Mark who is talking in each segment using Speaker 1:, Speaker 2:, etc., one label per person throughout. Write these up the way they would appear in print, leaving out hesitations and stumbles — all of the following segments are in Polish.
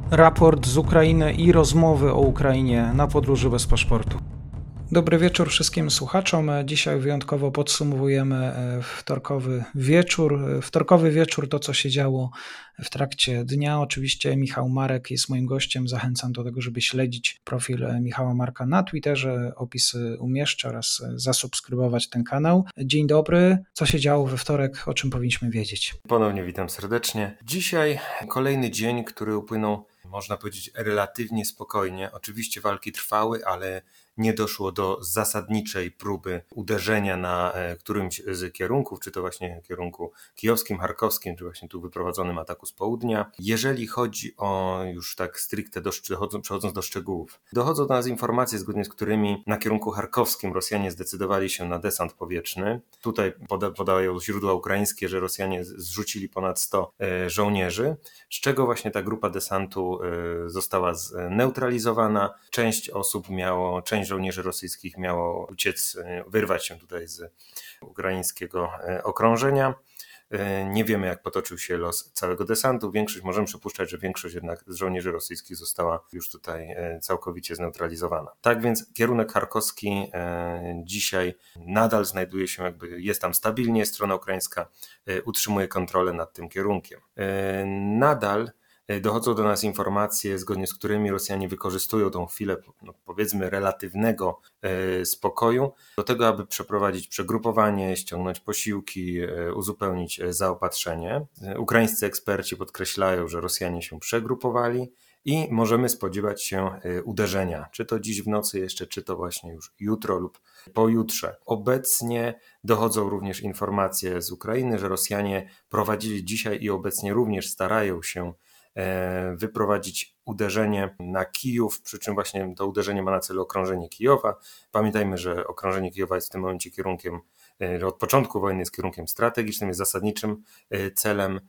Speaker 1: Raport z Ukrainy i rozmowy o Ukrainie na podróży bez paszportu. Dobry wieczór wszystkim słuchaczom. Dzisiaj wyjątkowo podsumowujemy wtorkowy wieczór, to co się działo w trakcie dnia. Oczywiście Michał Marek jest moim gościem. Zachęcam do tego, żeby śledzić profil Michała Marka na Twitterze. Opisy umieszczę oraz zasubskrybować ten kanał. Dzień dobry. Co się działo we wtorek? O czym powinniśmy wiedzieć?
Speaker 2: Ponownie witam serdecznie. Dzisiaj kolejny dzień, który upłynął, można powiedzieć, relatywnie spokojnie. Oczywiście walki trwały, ale nie doszło do zasadniczej próby uderzenia na którymś z kierunków, czy to właśnie kierunku kijowskim, charkowskim, czy właśnie tu wyprowadzonym ataku z południa. Jeżeli chodzi o już tak stricte, przechodząc do szczegółów, dochodzą do nas informacje, zgodnie z którymi na kierunku charkowskim Rosjanie zdecydowali się na desant powietrzny. Tutaj podają źródła ukraińskie, że Rosjanie zrzucili ponad 100 żołnierzy, z czego właśnie ta grupa desantu została zneutralizowana. Część żołnierzy rosyjskich miało uciec, wyrwać się tutaj z ukraińskiego okrążenia. Nie wiemy, jak potoczył się los całego desantu. Możemy przypuszczać, że większość jednak z żołnierzy rosyjskich została już tutaj całkowicie zneutralizowana. Tak więc kierunek charkowski dzisiaj nadal znajduje się, jest tam stabilnie. Strona ukraińska utrzymuje kontrolę nad tym kierunkiem. Nadal dochodzą do nas informacje, zgodnie z którymi Rosjanie wykorzystują tą chwilę, powiedzmy, relatywnego spokoju do tego, aby przeprowadzić przegrupowanie, ściągnąć posiłki, uzupełnić zaopatrzenie. Ukraińscy eksperci podkreślają, że Rosjanie się przegrupowali i możemy spodziewać się uderzenia, czy to dziś w nocy jeszcze, czy to właśnie już jutro lub pojutrze. Obecnie dochodzą również informacje z Ukrainy, że Rosjanie prowadzili dzisiaj i obecnie również starają się wyprowadzić uderzenie na Kijów, przy czym właśnie to uderzenie ma na celu okrążenie Kijowa. Pamiętajmy, że okrążenie Kijowa jest w tym momencie kierunkiem, od początku wojny jest kierunkiem strategicznym, jest zasadniczym celem.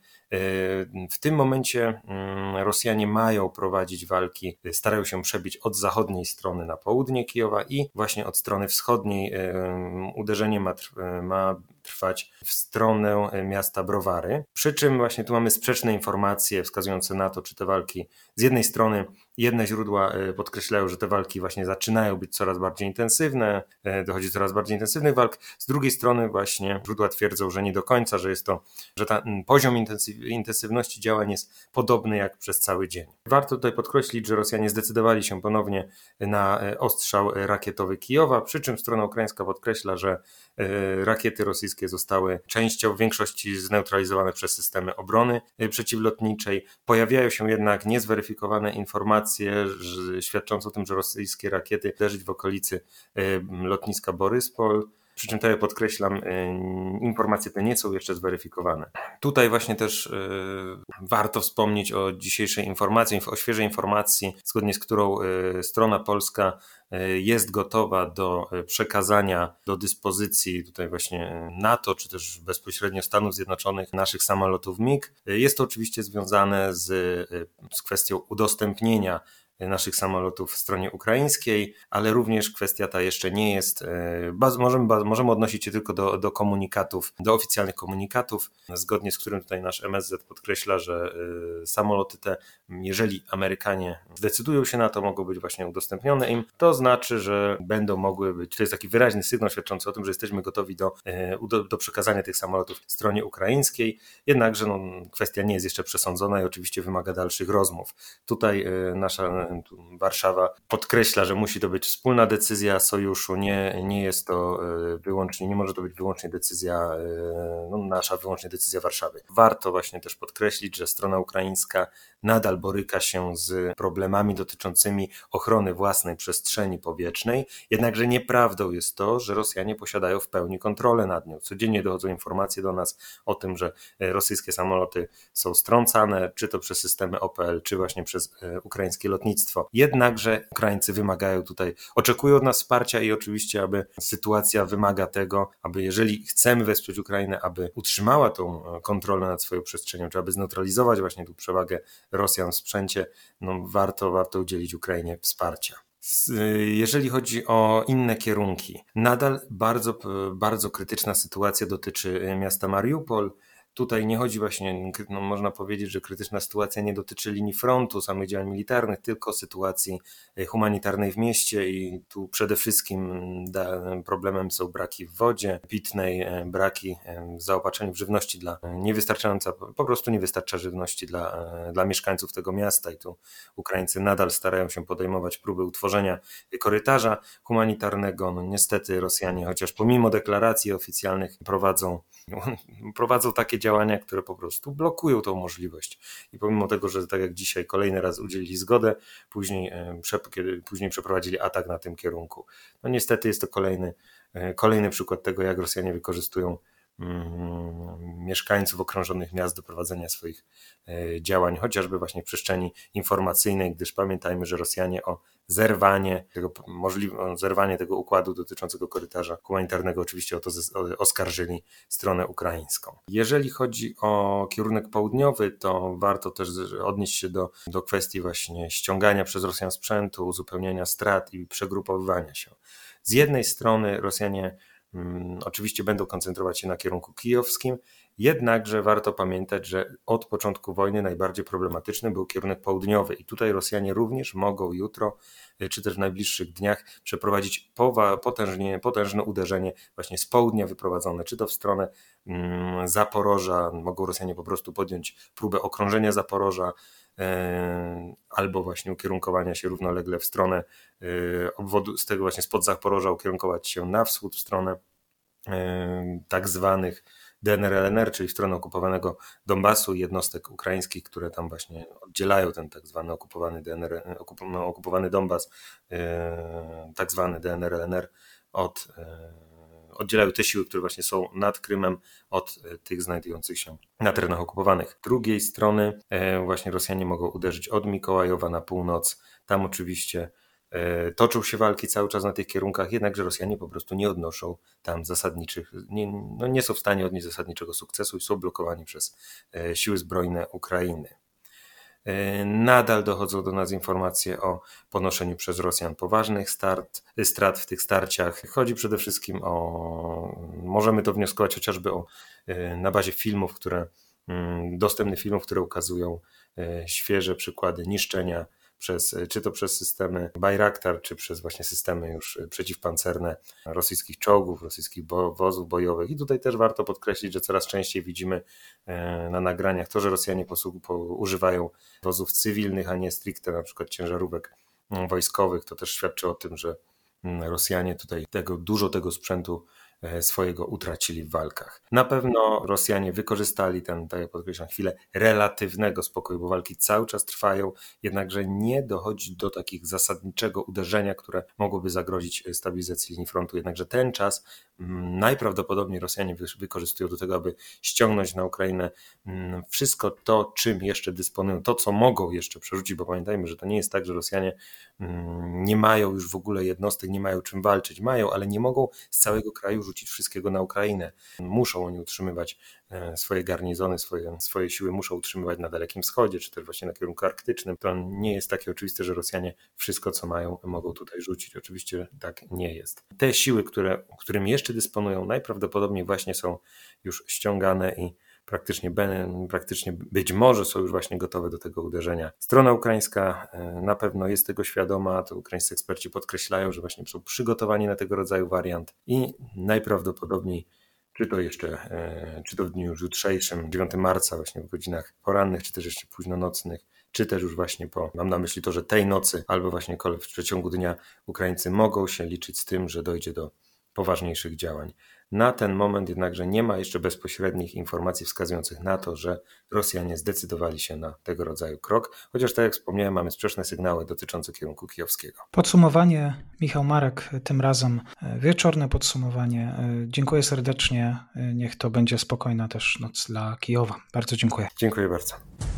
Speaker 2: W tym momencie Rosjanie mają prowadzić walki, starają się przebić od zachodniej strony na południe Kijowa i właśnie od strony wschodniej uderzenie ma trwać w stronę miasta Browary. Przy czym właśnie tu mamy sprzeczne informacje wskazujące na to, czy te walki z jednej strony jedne źródła podkreślają, że te walki właśnie zaczynają być coraz bardziej intensywne, dochodzi do coraz bardziej intensywnych walk. Z drugiej strony właśnie źródła twierdzą, że nie do końca, że ten poziom intensywności działań jest podobny jak przez cały dzień. Warto tutaj podkreślić, że Rosjanie zdecydowali się ponownie na ostrzał rakietowy Kijowa, przy czym strona ukraińska podkreśla, że rakiety rosyjskie zostały w większości zneutralizowane przez systemy obrony przeciwlotniczej. Pojawiają się jednak niezweryfikowane informacje świadczące o tym, że rosyjskie rakiety uderzyć w okolicy lotniska Boryspol. Przy czym, tak jak podkreślam, informacje te nie są jeszcze zweryfikowane. Tutaj właśnie też warto wspomnieć o dzisiejszej informacji, o świeżej informacji, zgodnie z którą strona polska jest gotowa do przekazania do dyspozycji tutaj właśnie NATO, czy też bezpośrednio Stanów Zjednoczonych naszych samolotów MiG. Jest to oczywiście związane z kwestią udostępnienia naszych samolotów w stronie ukraińskiej, ale również kwestia ta jeszcze nie jest, możemy odnosić się tylko do komunikatów, do oficjalnych komunikatów, zgodnie z którym tutaj nasz MSZ podkreśla, że samoloty te, jeżeli Amerykanie zdecydują się na to, mogą być właśnie udostępnione im, to znaczy, że będą mogły być, to jest taki wyraźny sygnał świadczący o tym, że jesteśmy gotowi do przekazania tych samolotów stronie ukraińskiej, jednakże kwestia nie jest jeszcze przesądzona i oczywiście wymaga dalszych rozmów. Tutaj nasza Warszawa podkreśla, że musi to być wspólna decyzja sojuszu, nie jest to wyłącznie, nie może to być wyłącznie decyzja, nasza wyłącznie decyzja Warszawy. Warto właśnie też podkreślić, że strona ukraińska nadal boryka się z problemami dotyczącymi ochrony własnej przestrzeni powietrznej, jednakże nieprawdą jest to, że Rosjanie posiadają w pełni kontrolę nad nią. Codziennie dochodzą informacje do nas o tym, że rosyjskie samoloty są strącane, czy to przez systemy OPL, czy właśnie przez ukraińskie lotnictwo. Jednakże Ukraińcy oczekują od nas wsparcia i oczywiście, aby sytuacja wymaga tego, aby jeżeli chcemy wesprzeć Ukrainę, aby utrzymała tą kontrolę nad swoją przestrzenią, czy aby zneutralizować właśnie tu przewagę Rosjan w sprzęcie, warto udzielić Ukrainie wsparcia. Jeżeli chodzi o inne kierunki, nadal bardzo, bardzo krytyczna sytuacja dotyczy miasta Mariupol. Tutaj nie chodzi właśnie, no można powiedzieć, że krytyczna sytuacja nie dotyczy linii frontu, samych działań militarnych, tylko sytuacji humanitarnej w mieście i tu przede wszystkim problemem są braki w wodzie pitnej, braki w zaopatrzeniu w żywności po prostu nie wystarcza żywności dla mieszkańców tego miasta i tu Ukraińcy nadal starają się podejmować próby utworzenia korytarza humanitarnego. No niestety Rosjanie, chociaż pomimo deklaracji oficjalnych prowadzą takie działania, które po prostu blokują tą możliwość. I pomimo tego, że tak jak dzisiaj kolejny raz udzielili zgodę, później przeprowadzili atak na tym kierunku. No niestety jest to kolejny przykład tego, jak Rosjanie wykorzystują mieszkańców okrążonych miast do prowadzenia swoich działań, chociażby właśnie w przestrzeni informacyjnej, gdyż pamiętajmy, że Rosjanie o zerwanie tego układu dotyczącego korytarza humanitarnego oczywiście o to oskarżyli stronę ukraińską. Jeżeli chodzi o kierunek południowy, to warto też odnieść się do kwestii właśnie ściągania przez Rosjan sprzętu, uzupełniania strat i przegrupowywania się. Z jednej strony Rosjanie oczywiście będą koncentrować się na kierunku kijowskim, jednakże warto pamiętać, że od początku wojny najbardziej problematyczny był kierunek południowy i tutaj Rosjanie również mogą jutro czy też w najbliższych dniach przeprowadzić potężne uderzenie właśnie z południa wyprowadzone, czy to w stronę Zaporoża, mogą Rosjanie po prostu podjąć próbę okrążenia Zaporoża, albo właśnie ukierunkowania się równolegle w stronę obwodu, z tego właśnie spod Zaporoża ukierunkować się na wschód w stronę tak zwanych DNR-LNR, czyli w stronę okupowanego Donbasu i jednostek ukraińskich, które tam właśnie oddzielają ten tak zwany okupowany Donbas, tak zwany DNR-LNR oddzielają te siły, które właśnie są nad Krymem od tych znajdujących się na terenach okupowanych. Z drugiej strony właśnie Rosjanie mogą uderzyć od Mikołajowa na północ. Tam oczywiście toczą się walki cały czas na tych kierunkach, jednakże Rosjanie po prostu nie odnoszą tam nie są w stanie odnieść zasadniczego sukcesu i są blokowani przez siły zbrojne Ukrainy. Nadal dochodzą do nas informacje o ponoszeniu przez Rosjan poważnych strat w tych starciach. Chodzi przede wszystkim możemy to wnioskować chociażby na bazie dostępnych filmów, które ukazują świeże przykłady niszczenia czy to przez systemy Bayraktar, czy przez właśnie systemy już przeciwpancerne rosyjskich czołgów, rosyjskich wozów bojowych. I tutaj też warto podkreślić, że coraz częściej widzimy na nagraniach to, że Rosjanie używają wozów cywilnych, a nie stricte na przykład ciężarówek wojskowych. To też świadczy o tym, że Rosjanie tutaj dużo tego sprzętu swojego utracili w walkach. Na pewno Rosjanie wykorzystali tak jak podkreślam, chwilę relatywnego spokoju, bo walki cały czas trwają, jednakże nie dochodzi do takiego zasadniczego uderzenia, które mogłoby zagrozić stabilizacji linii frontu. Jednakże ten czas najprawdopodobniej Rosjanie wykorzystują do tego, aby ściągnąć na Ukrainę wszystko to, czym jeszcze dysponują, to co mogą jeszcze przerzucić, bo pamiętajmy, że to nie jest tak, że Rosjanie nie mają już w ogóle jednostek, nie mają czym walczyć. Mają, ale nie mogą z całego kraju rzucić wszystkiego na Ukrainę. Muszą oni utrzymywać swoje garnizony, swoje siły muszą utrzymywać na Dalekim Wschodzie, czy też właśnie na kierunku arktycznym. To nie jest takie oczywiste, że Rosjanie wszystko, co mają, mogą tutaj rzucić. Oczywiście tak nie jest. Te siły, którymi jeszcze dysponują, najprawdopodobniej właśnie są już ściągane i praktycznie być może są już właśnie gotowe do tego uderzenia. Strona ukraińska na pewno jest tego świadoma, to ukraińscy eksperci podkreślają, że właśnie są przygotowani na tego rodzaju wariant i najprawdopodobniej czy to w dniu już jutrzejszym, 9 marca właśnie w godzinach porannych, czy też jeszcze późno nocnych, czy też już właśnie mam na myśli to, że tej nocy albo właśnie w przeciągu dnia Ukraińcy mogą się liczyć z tym, że dojdzie do poważniejszych działań. Na ten moment jednakże nie ma jeszcze bezpośrednich informacji wskazujących na to, że Rosjanie zdecydowali się na tego rodzaju krok, chociaż tak jak wspomniałem, mamy sprzeczne sygnały dotyczące kierunku kijowskiego.
Speaker 1: Podsumowanie, Michał Marek, tym razem wieczorne podsumowanie. Dziękuję serdecznie, niech to będzie spokojna też noc dla Kijowa. Bardzo dziękuję.
Speaker 2: Dziękuję bardzo.